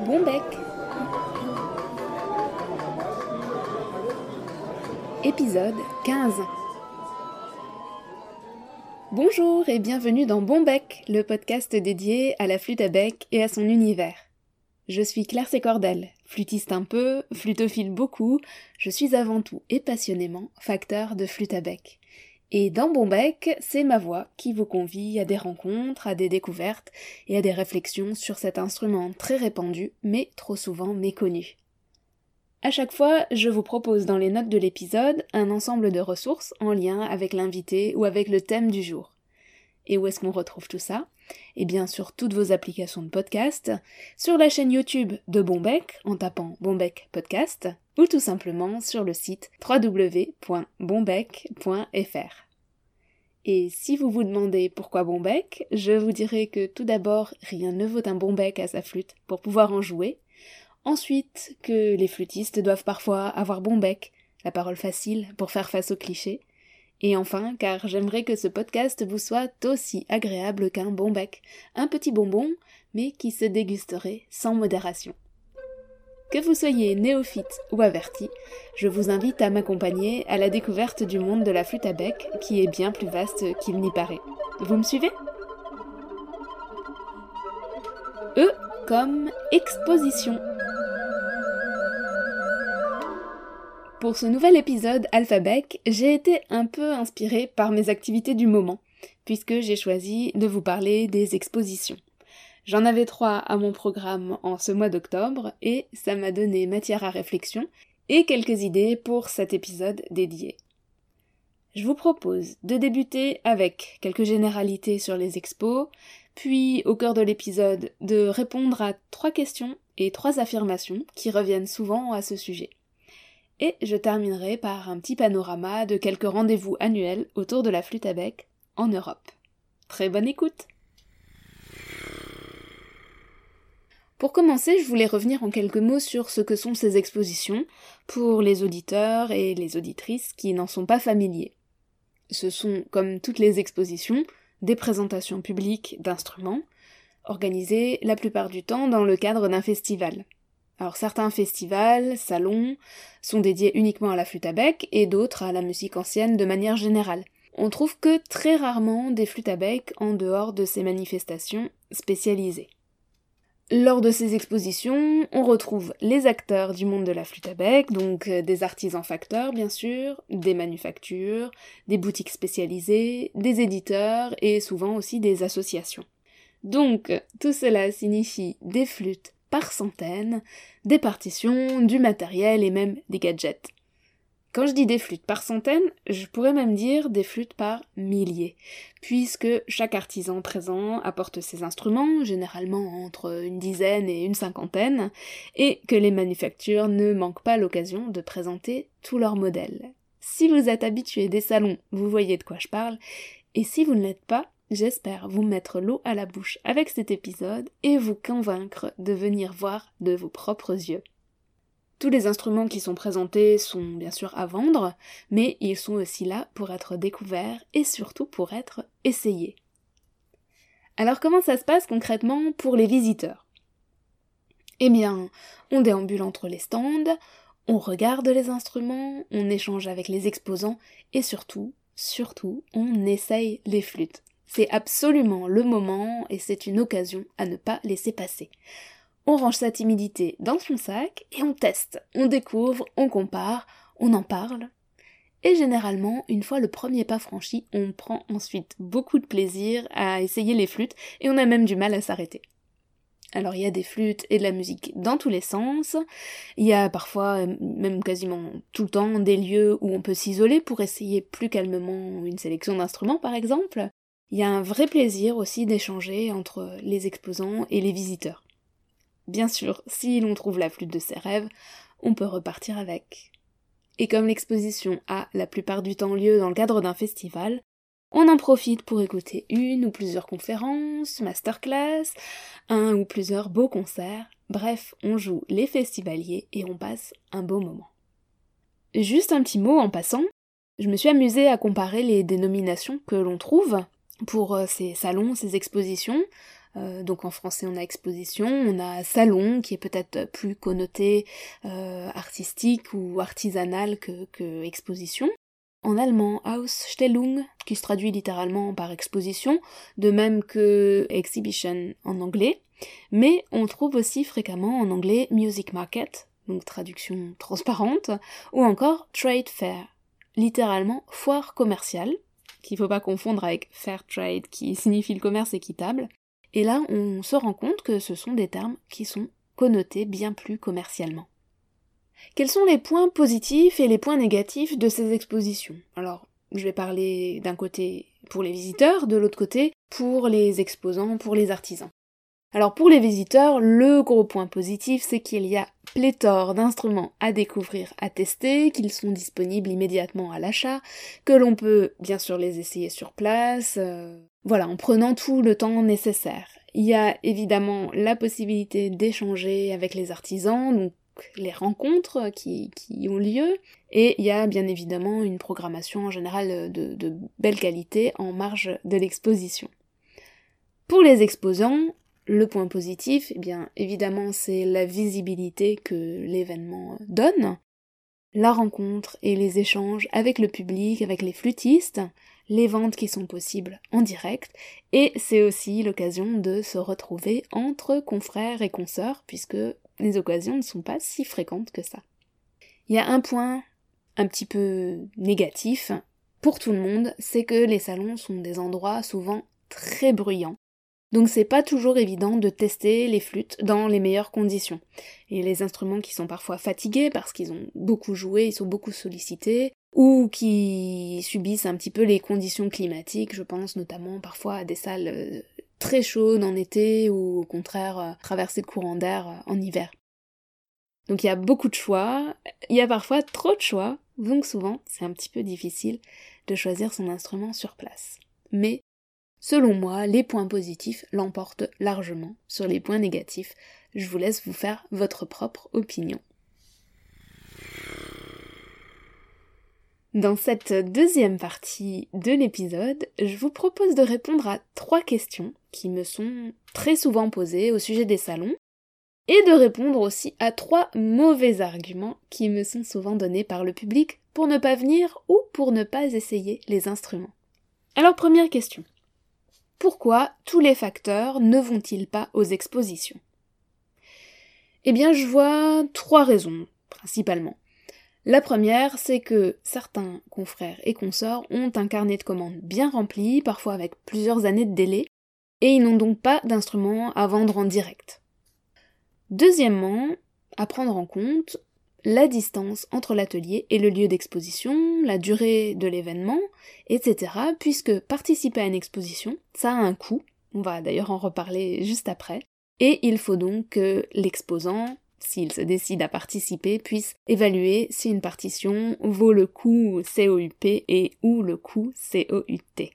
Bombec. Épisode 15. Bonjour et bienvenue dans Bombec, le podcast dédié à la flûte à bec et à son univers. Je suis Claire Sécordel, flûtiste un peu, flutophile beaucoup, je suis avant tout et passionnément facteur de flûte à bec. Et dans Bombec, c'est ma voix qui vous convie à des rencontres, à des découvertes et à des réflexions sur cet instrument très répandu, mais trop souvent méconnu. À chaque fois, je vous propose dans les notes de l'épisode un ensemble de ressources en lien avec l'invité ou avec le thème du jour. Et où est-ce qu'on retrouve tout ça ? Eh bien sur toutes vos applications de podcast, sur la chaîne YouTube de Bombec en tapant Bombec Podcast, ou tout simplement sur le site www.bombec.fr. Et si vous vous demandez pourquoi Bombec, je vous dirai que tout d'abord, rien ne vaut un bon bec à sa flûte pour pouvoir en jouer. Ensuite, que les flûtistes doivent parfois avoir bon bec, la parole facile pour faire face aux clichés. Et enfin, car j'aimerais que ce podcast vous soit aussi agréable qu'un bon bec, un petit bonbon, mais qui se dégusterait sans modération. Que vous soyez néophyte ou averti, je vous invite à m'accompagner à la découverte du monde de la flûte à bec, qui est bien plus vaste qu'il n'y paraît. Vous me suivez ? E comme exposition. Pour ce nouvel épisode Alphabec, j'ai été un peu inspirée par mes activités du moment, puisque j'ai choisi de vous parler des expositions. J'en avais 3 à mon programme en ce mois d'octobre, et ça m'a donné matière à réflexion, et quelques idées pour cet épisode dédié. Je vous propose de débuter avec quelques généralités sur les expos, puis au cœur de l'épisode de répondre à 3 questions et 3 affirmations qui reviennent souvent à ce sujet. Et je terminerai par un petit panorama de quelques rendez-vous annuels autour de la flûte à bec en Europe. Très bonne écoute! Pour commencer, je voulais revenir en quelques mots sur ce que sont ces expositions, pour les auditeurs et les auditrices qui n'en sont pas familiers. Ce sont, comme toutes les expositions, des présentations publiques d'instruments, organisées la plupart du temps dans le cadre d'un festival. Alors certains festivals, salons, sont dédiés uniquement à la flûte à bec et d'autres à la musique ancienne de manière générale. On trouve que très rarement des flûtes à bec en dehors de ces manifestations spécialisées. Lors de ces expositions, on retrouve les acteurs du monde de la flûte à bec, donc des artisans facteurs bien sûr, des manufactures, des boutiques spécialisées, des éditeurs et souvent aussi des associations. Donc tout cela signifie des flûtes par centaines, des partitions, du matériel et même des gadgets. Quand je dis des flûtes par centaines, je pourrais même dire des flûtes par milliers, puisque chaque artisan présent apporte ses instruments, généralement entre une dizaine et une cinquantaine, et que les manufactures ne manquent pas l'occasion de présenter tous leurs modèles. Si vous êtes habitué des salons, vous voyez de quoi je parle, et si vous ne l'êtes pas, j'espère vous mettre l'eau à la bouche avec cet épisode et vous convaincre de venir voir de vos propres yeux. Tous les instruments qui sont présentés sont bien sûr à vendre, mais ils sont aussi là pour être découverts et surtout pour être essayés. Alors comment ça se passe concrètement pour les visiteurs ? Eh bien, on déambule entre les stands, on regarde les instruments, on échange avec les exposants et surtout, on essaye les flûtes. C'est absolument le moment et c'est une occasion à ne pas laisser passer. On range sa timidité dans son sac et on teste, on découvre, on compare, on en parle. Et généralement, une fois le premier pas franchi, on prend ensuite beaucoup de plaisir à essayer les flûtes et on a même du mal à s'arrêter. Alors il y a des flûtes et de la musique dans tous les sens, il y a parfois, même quasiment tout le temps, des lieux où on peut s'isoler pour essayer plus calmement une sélection d'instruments par exemple. Il y a un vrai plaisir aussi d'échanger entre les exposants et les visiteurs. Bien sûr, si l'on trouve la flûte de ses rêves, on peut repartir avec. Et comme l'exposition a la plupart du temps lieu dans le cadre d'un festival, on en profite pour écouter une ou plusieurs conférences, masterclass, un ou plusieurs beaux concerts, bref, on joue les festivaliers et on passe un beau moment. Juste un petit mot en passant, je me suis amusée à comparer les dénominations que l'on trouve pour ces salons, ces expositions, Donc en français on a exposition, on a salon qui est peut-être plus connoté artistique ou artisanal que exposition. En allemand, Ausstellung, qui se traduit littéralement par exposition, de même que exhibition en anglais, mais on trouve aussi fréquemment en anglais music market, donc traduction transparente, ou encore trade fair, littéralement foire commerciale, qu'il faut pas confondre avec fair trade qui signifie le commerce équitable, et là on se rend compte que ce sont des termes qui sont connotés bien plus commercialement. Quels sont les points positifs et les points négatifs de ces expositions? Alors, je vais parler d'un côté pour les visiteurs, de l'autre côté pour les exposants, pour les artisans. Alors pour les visiteurs, le gros point positif, c'est qu'il y a pléthore d'instruments à découvrir, à tester, qu'ils sont disponibles immédiatement à l'achat, que l'on peut bien sûr les essayer sur place, en prenant tout le temps nécessaire. Il y a évidemment la possibilité d'échanger avec les artisans, donc les rencontres qui ont lieu, et il y a bien évidemment une programmation en général de belle qualité en marge de l'exposition. Pour les exposants, le point positif, évidemment, c'est la visibilité que l'événement donne, la rencontre et les échanges avec le public, avec les flûtistes, les ventes qui sont possibles en direct, et c'est aussi l'occasion de se retrouver entre confrères et consoeurs, puisque les occasions ne sont pas si fréquentes que ça. Il y a un point un petit peu négatif pour tout le monde, c'est que les salons sont des endroits souvent très bruyants. Donc c'est pas toujours évident de tester les flûtes dans les meilleures conditions. Et les instruments qui sont parfois fatigués parce qu'ils ont beaucoup joué, ils sont beaucoup sollicités, ou qui subissent un petit peu les conditions climatiques, je pense notamment parfois à des salles très chaudes en été, ou au contraire traverser le courant d'air en hiver. Donc il y a beaucoup de choix, il y a parfois trop de choix, donc souvent c'est un petit peu difficile de choisir son instrument sur place. Mais selon moi, les points positifs l'emportent largement sur les points négatifs. Je vous laisse vous faire votre propre opinion. Dans cette deuxième partie de l'épisode, je vous propose de répondre à 3 questions qui me sont très souvent posées au sujet des salons, et de répondre aussi à 3 mauvais arguments qui me sont souvent donnés par le public pour ne pas venir ou pour ne pas essayer les instruments. Alors première question. Pourquoi tous les facteurs ne vont-ils pas aux expositions? Je vois 3 raisons, principalement. La première, c'est que certains confrères et consorts ont un carnet de commandes bien rempli, parfois avec plusieurs années de délai, et ils n'ont donc pas d'instruments à vendre en direct. Deuxièmement, à prendre en compte la distance entre l'atelier et le lieu d'exposition, la durée de l'événement, etc. puisque participer à une exposition, ça a un coût, on va d'ailleurs en reparler juste après, et il faut donc que l'exposant, s'il se décide à participer, puisse évaluer si une partition vaut le coût COUP et ou le coût COUT.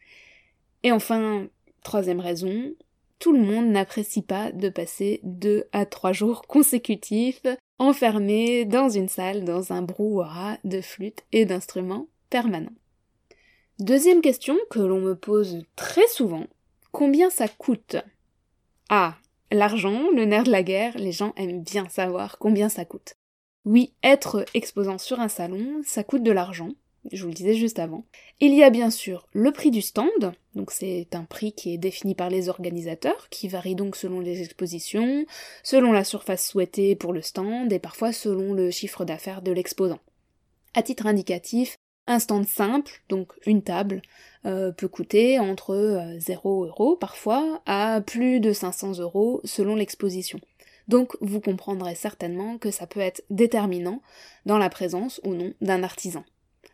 Et enfin, troisième raison, tout le monde n'apprécie pas de passer 2 à 3 jours consécutifs enfermé dans une salle, dans un brouhaha de flûtes et d'instruments permanents. Deuxième question que l'on me pose très souvent, combien ça coûte? Ah, l'argent, le nerf de la guerre, les gens aiment bien savoir combien ça coûte. Oui, être exposant sur un salon, ça coûte de l'argent, je vous le disais juste avant. Il y a bien sûr le prix du stand, donc c'est un prix qui est défini par les organisateurs, qui varie donc selon les expositions, selon la surface souhaitée pour le stand, et parfois selon le chiffre d'affaires de l'exposant. À titre indicatif, un stand simple, donc une table, peut coûter entre 0 € parfois à plus de 500 € selon l'exposition. Donc vous comprendrez certainement que ça peut être déterminant dans la présence ou non d'un artisan.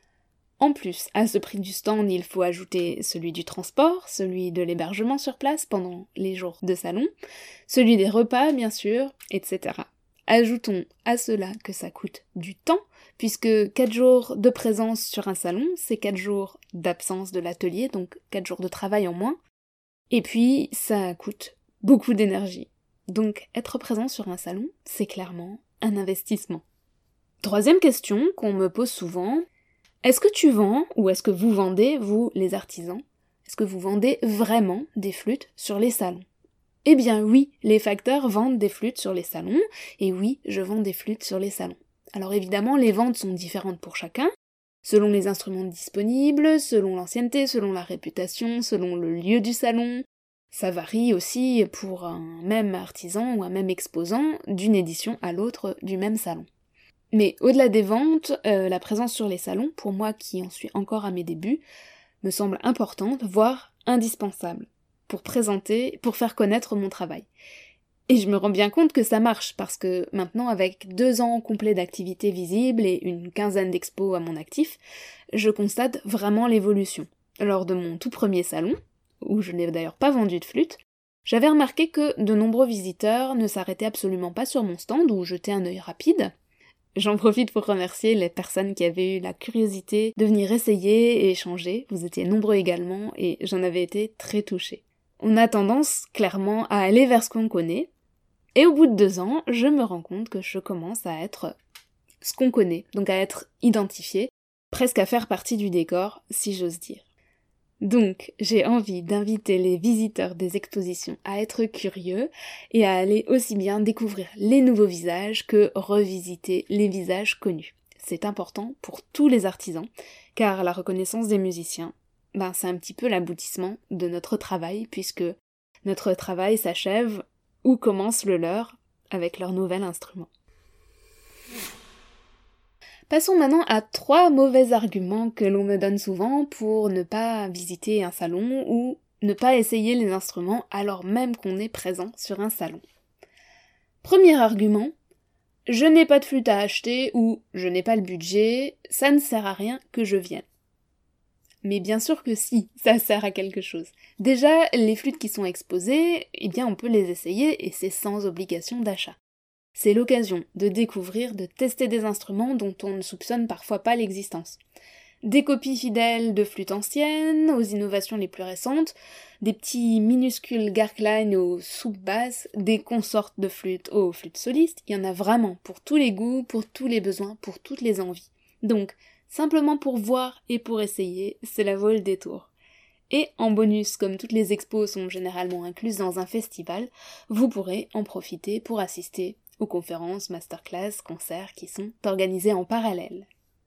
En plus, à ce prix du stand, il faut ajouter celui du transport, celui de l'hébergement sur place pendant les jours de salon, celui des repas bien sûr, etc. Ajoutons à cela que ça coûte du temps, puisque 4 jours de présence sur un salon, c'est 4 jours d'absence de l'atelier, donc 4 jours de travail en moins, et puis ça coûte beaucoup d'énergie. Donc être présent sur un salon, c'est clairement un investissement. Troisième question qu'on me pose souvent, est-ce que tu vends, ou est-ce que vous vendez, vous les artisans, est-ce que vous vendez vraiment des flûtes sur les salons? Eh bien oui, les facteurs vendent des flûtes sur les salons, et oui, je vends des flûtes sur les salons. Alors évidemment, les ventes sont différentes pour chacun, selon les instruments disponibles, selon l'ancienneté, selon la réputation, selon le lieu du salon. Ça varie aussi pour un même artisan ou un même exposant d'une édition à l'autre du même salon. Mais au-delà des ventes, la présence sur les salons, pour moi qui en suis encore à mes débuts, me semble importante, voire indispensable, pour présenter, pour faire connaître mon travail. Et je me rends bien compte que ça marche, parce que maintenant, avec 2 ans complets d'activité visible et une quinzaine d'expos à mon actif, je constate vraiment l'évolution. Lors de mon tout premier salon, où je n'ai d'ailleurs pas vendu de flûte, j'avais remarqué que de nombreux visiteurs ne s'arrêtaient absolument pas sur mon stand ou jetaient un œil rapide. J'en profite pour remercier les personnes qui avaient eu la curiosité de venir essayer et échanger, vous étiez nombreux également, et j'en avais été très touchée. On a tendance, clairement, à aller vers ce qu'on connaît, et au bout de 2 ans, je me rends compte que je commence à être ce qu'on connaît, donc à être identifiée, presque à faire partie du décor, si j'ose dire. Donc, j'ai envie d'inviter les visiteurs des expositions à être curieux et à aller aussi bien découvrir les nouveaux visages que revisiter les visages connus. C'est important pour tous les artisans, car la reconnaissance des musiciens, c'est un petit peu l'aboutissement de notre travail, puisque notre travail s'achève où commence le leur avec leur nouvel instrument. Passons maintenant à 3 mauvais arguments que l'on me donne souvent pour ne pas visiter un salon ou ne pas essayer les instruments alors même qu'on est présent sur un salon. Premier argument, je n'ai pas de flûte à acheter ou je n'ai pas le budget, ça ne sert à rien que je vienne. Mais bien sûr que si, ça sert à quelque chose. Déjà, les flûtes qui sont exposées, on peut les essayer et c'est sans obligation d'achat. C'est l'occasion de découvrir, de tester des instruments dont on ne soupçonne parfois pas l'existence. Des copies fidèles de flûtes anciennes, aux innovations les plus récentes, des petits minuscules Garkline aux soupes basses, des consortes de flûtes aux flûtes solistes, il y en a vraiment pour tous les goûts, pour tous les besoins, pour toutes les envies. Donc, simplement pour voir et pour essayer, cela vaut le détour. Et en bonus, comme toutes les expos sont généralement incluses dans un festival, vous pourrez en profiter pour assister aux conférences, masterclass, concerts qui sont organisés en parallèle.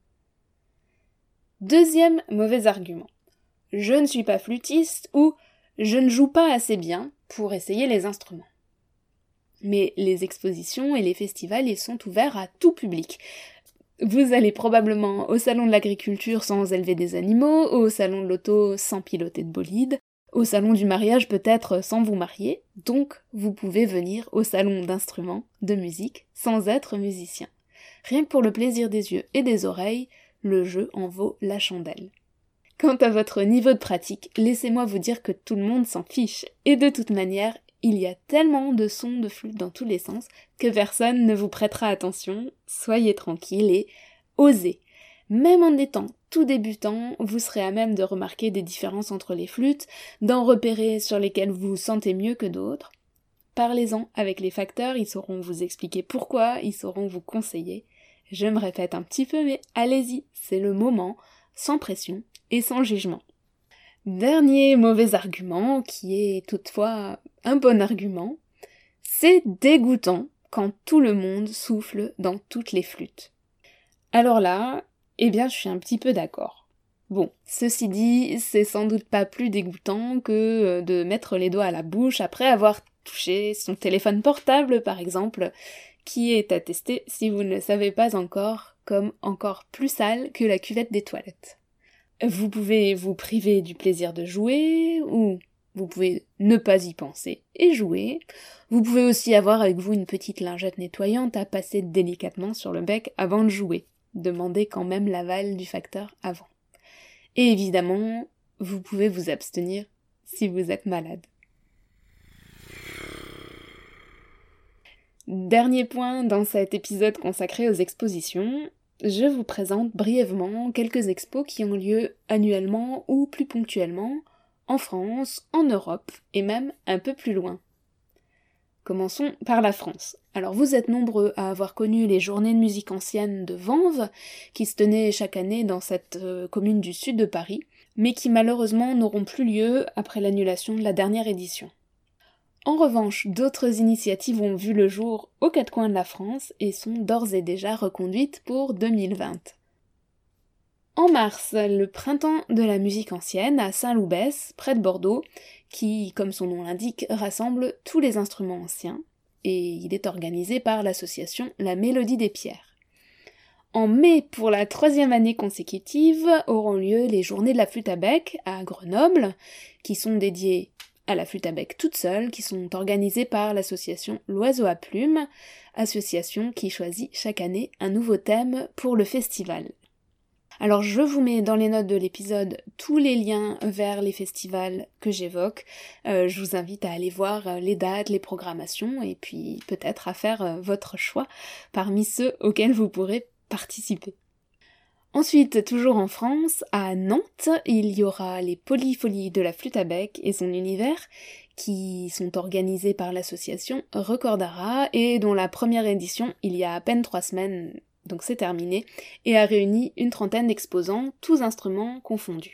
Deuxième mauvais argument. Je ne suis pas flûtiste ou je ne joue pas assez bien pour essayer les instruments. Mais les expositions et les festivals, ils sont ouverts à tout public. Vous allez probablement au salon de l'agriculture sans élever des animaux, au salon de l'auto sans piloter de bolide, au salon du mariage peut-être sans vous marier, donc vous pouvez venir au salon d'instruments, de musique, sans être musicien. Rien que pour le plaisir des yeux et des oreilles, le jeu en vaut la chandelle. Quant à votre niveau de pratique, laissez-moi vous dire que tout le monde s'en fiche, et de toute manière, il y a tellement de sons de flûte dans tous les sens que personne ne vous prêtera attention, soyez tranquille et osez. Même en étant tout débutant, vous serez à même de remarquer des différences entre les flûtes, d'en repérer sur lesquelles vous vous sentez mieux que d'autres. Parlez-en avec les facteurs, ils sauront vous expliquer pourquoi, ils sauront vous conseiller. Je me répète un petit peu, mais allez-y, c'est le moment, sans pression et sans jugement. Dernier mauvais argument, qui est toutefois un bon argument, c'est dégoûtant quand tout le monde souffle dans toutes les flûtes. Alors là, je suis un petit peu d'accord. Bon, ceci dit, c'est sans doute pas plus dégoûtant que de mettre les doigts à la bouche après avoir touché son téléphone portable, par exemple, qui est attesté, si vous ne le savez pas encore, comme encore plus sale que la cuvette des toilettes. Vous pouvez vous priver du plaisir de jouer, ou vous pouvez ne pas y penser et jouer. Vous pouvez aussi avoir avec vous une petite lingette nettoyante à passer délicatement sur le bec avant de jouer. Demandez quand même l'aval du facteur avant. Et évidemment, vous pouvez vous abstenir si vous êtes malade. Dernier point dans cet épisode consacré aux expositions, je vous présente brièvement quelques expos qui ont lieu annuellement ou plus ponctuellement en France, en Europe et même un peu plus loin. Commençons par la France. Alors vous êtes nombreux à avoir connu les journées de musique ancienne de Vanves, qui se tenaient chaque année dans cette commune du sud de Paris, mais qui malheureusement n'auront plus lieu après l'annulation de la dernière édition. En revanche, d'autres initiatives ont vu le jour aux quatre coins de la France et sont d'ores et déjà reconduites pour 2020. En mars, le printemps de la musique ancienne à Saint-Loubès, près de Bordeaux, qui, comme son nom l'indique, rassemble tous les instruments anciens, et il est organisé par l'association La Mélodie des Pierres. En mai, pour la 3e année consécutive, auront lieu les Journées de la flûte à bec à Grenoble, qui sont dédiées à la flûte à bec toute seule, qui sont organisées par l'association L'Oiseau à Plumes, association qui choisit chaque année un nouveau thème pour le festival. Alors je vous mets dans les notes de l'épisode tous les liens vers les festivals que j'évoque. Je vous invite à aller voir les dates, les programmations et puis peut-être à faire votre choix parmi ceux auxquels vous pourrez participer. Ensuite, toujours en France, à Nantes, il y aura les Polypholies de la flûte à bec et son univers qui sont organisés par l'association Recordara et dont la première édition, il y a à peine 3 semaines, donc c'est terminé, et a réuni une 30aine d'exposants, tous instruments confondus.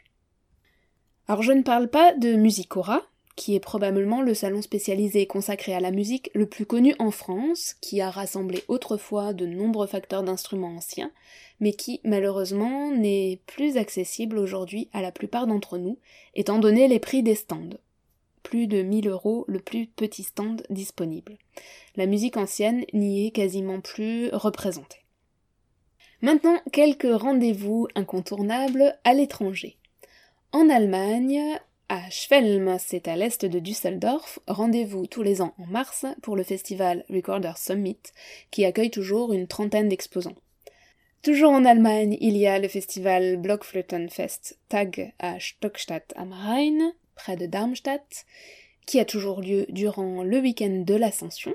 Alors je ne parle pas de Musicora, qui est probablement le salon spécialisé consacré à la musique le plus connu en France, qui a rassemblé autrefois de nombreux facteurs d'instruments anciens, mais qui malheureusement n'est plus accessible aujourd'hui à la plupart d'entre nous, étant donné les prix des stands. Plus de 1 000 € le plus petit stand disponible. La musique ancienne n'y est quasiment plus représentée. Maintenant, quelques rendez-vous incontournables à l'étranger. En Allemagne, à Schwelm, c'est à l'est de Düsseldorf, rendez-vous tous les ans en mars pour le festival Recorder Summit, qui accueille toujours une 30aine d'exposants. Toujours en Allemagne, il y a le festival Blockflötenfest Tag à Stockstadt am Rhein, près de Darmstadt, qui a toujours lieu durant le week-end de l'Ascension.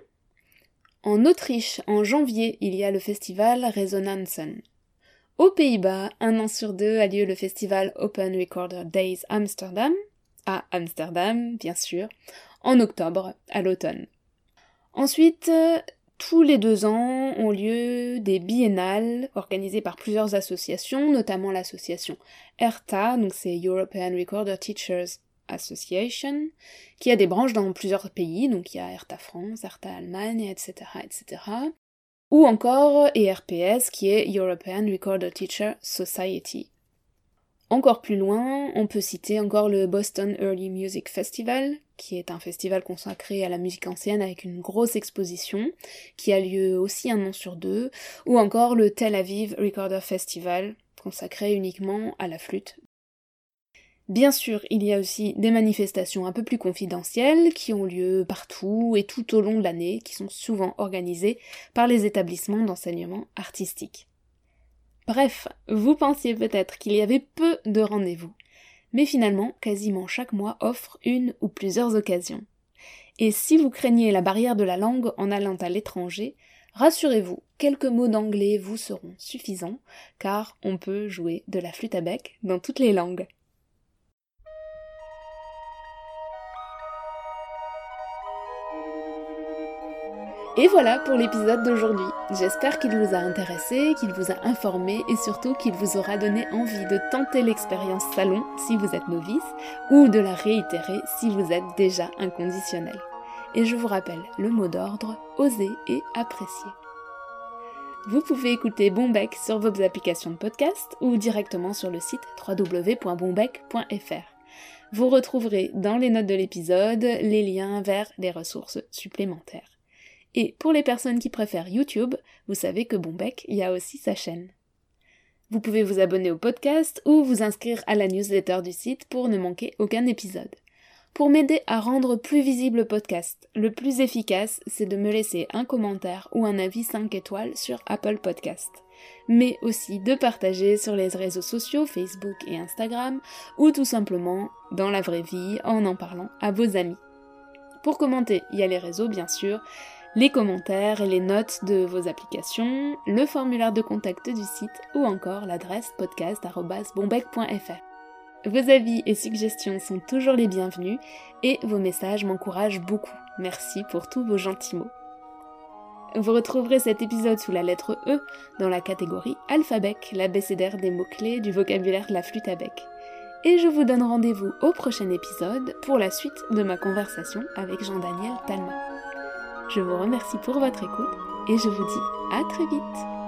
En Autriche, en janvier, il y a le festival Resonanzen. Aux Pays-Bas, 1 an sur 2 a lieu le festival Open Recorder Days Amsterdam, à Amsterdam, bien sûr, en octobre, à l'automne. Ensuite, tous les 2 ans ont lieu des biennales organisées par plusieurs associations, notamment l'association ERTA, donc c'est European Recorder Teachers Association, qui a des branches dans plusieurs pays, donc il y a ERTA France, ERTA Allemagne, etc., etc. Ou encore ERPS, qui est European Recorder Teacher Society. Encore plus loin, on peut citer encore le Boston Early Music Festival, qui est un festival consacré à la musique ancienne avec une grosse exposition, qui a lieu aussi 1 an sur 2, ou encore le Tel Aviv Recorder Festival, consacré uniquement à la flûte. Bien sûr, il y a aussi des manifestations un peu plus confidentielles qui ont lieu partout et tout au long de l'année, qui sont souvent organisées par les établissements d'enseignement artistique. Bref, vous pensiez peut-être qu'il y avait peu de rendez-vous, mais finalement, quasiment chaque mois offre une ou plusieurs occasions. Et si vous craignez la barrière de la langue en allant à l'étranger, rassurez-vous, quelques mots d'anglais vous seront suffisants, car on peut jouer de la flûte à bec dans toutes les langues. Et voilà pour l'épisode d'aujourd'hui. J'espère qu'il vous a intéressé, qu'il vous a informé et surtout qu'il vous aura donné envie de tenter l'expérience salon si vous êtes novice ou de la réitérer si vous êtes déjà inconditionnel. Et je vous rappelle le mot d'ordre, oser et apprécier. Vous pouvez écouter Bombec sur vos applications de podcast ou directement sur le site www.bombec.fr. Vous retrouverez dans les notes de l'épisode les liens vers les ressources supplémentaires. Et pour les personnes qui préfèrent YouTube, vous savez que Bombec y a aussi sa chaîne. Vous pouvez vous abonner au podcast ou vous inscrire à la newsletter du site pour ne manquer aucun épisode. Pour m'aider à rendre plus visible le podcast, le plus efficace, c'est de me laisser un commentaire ou un avis 5 étoiles sur Apple Podcast, mais aussi de partager sur les réseaux sociaux Facebook et Instagram ou tout simplement dans la vraie vie en parlant à vos amis. Pour commenter, il y a les réseaux bien sûr, les commentaires et les notes de vos applications, le formulaire de contact du site ou encore l'adresse podcast@bombec.fr. Vos avis et suggestions sont toujours les bienvenus et vos messages m'encouragent beaucoup. Merci pour tous vos gentils mots. Vous retrouverez cet épisode sous la lettre E dans la catégorie Alphabec, l'abécédaire des mots-clés du vocabulaire de la flûte à bec. et je vous donne rendez-vous au prochain épisode pour la suite de ma conversation avec Jean-Daniel Talma. Je vous remercie pour votre écoute et je vous dis à très vite.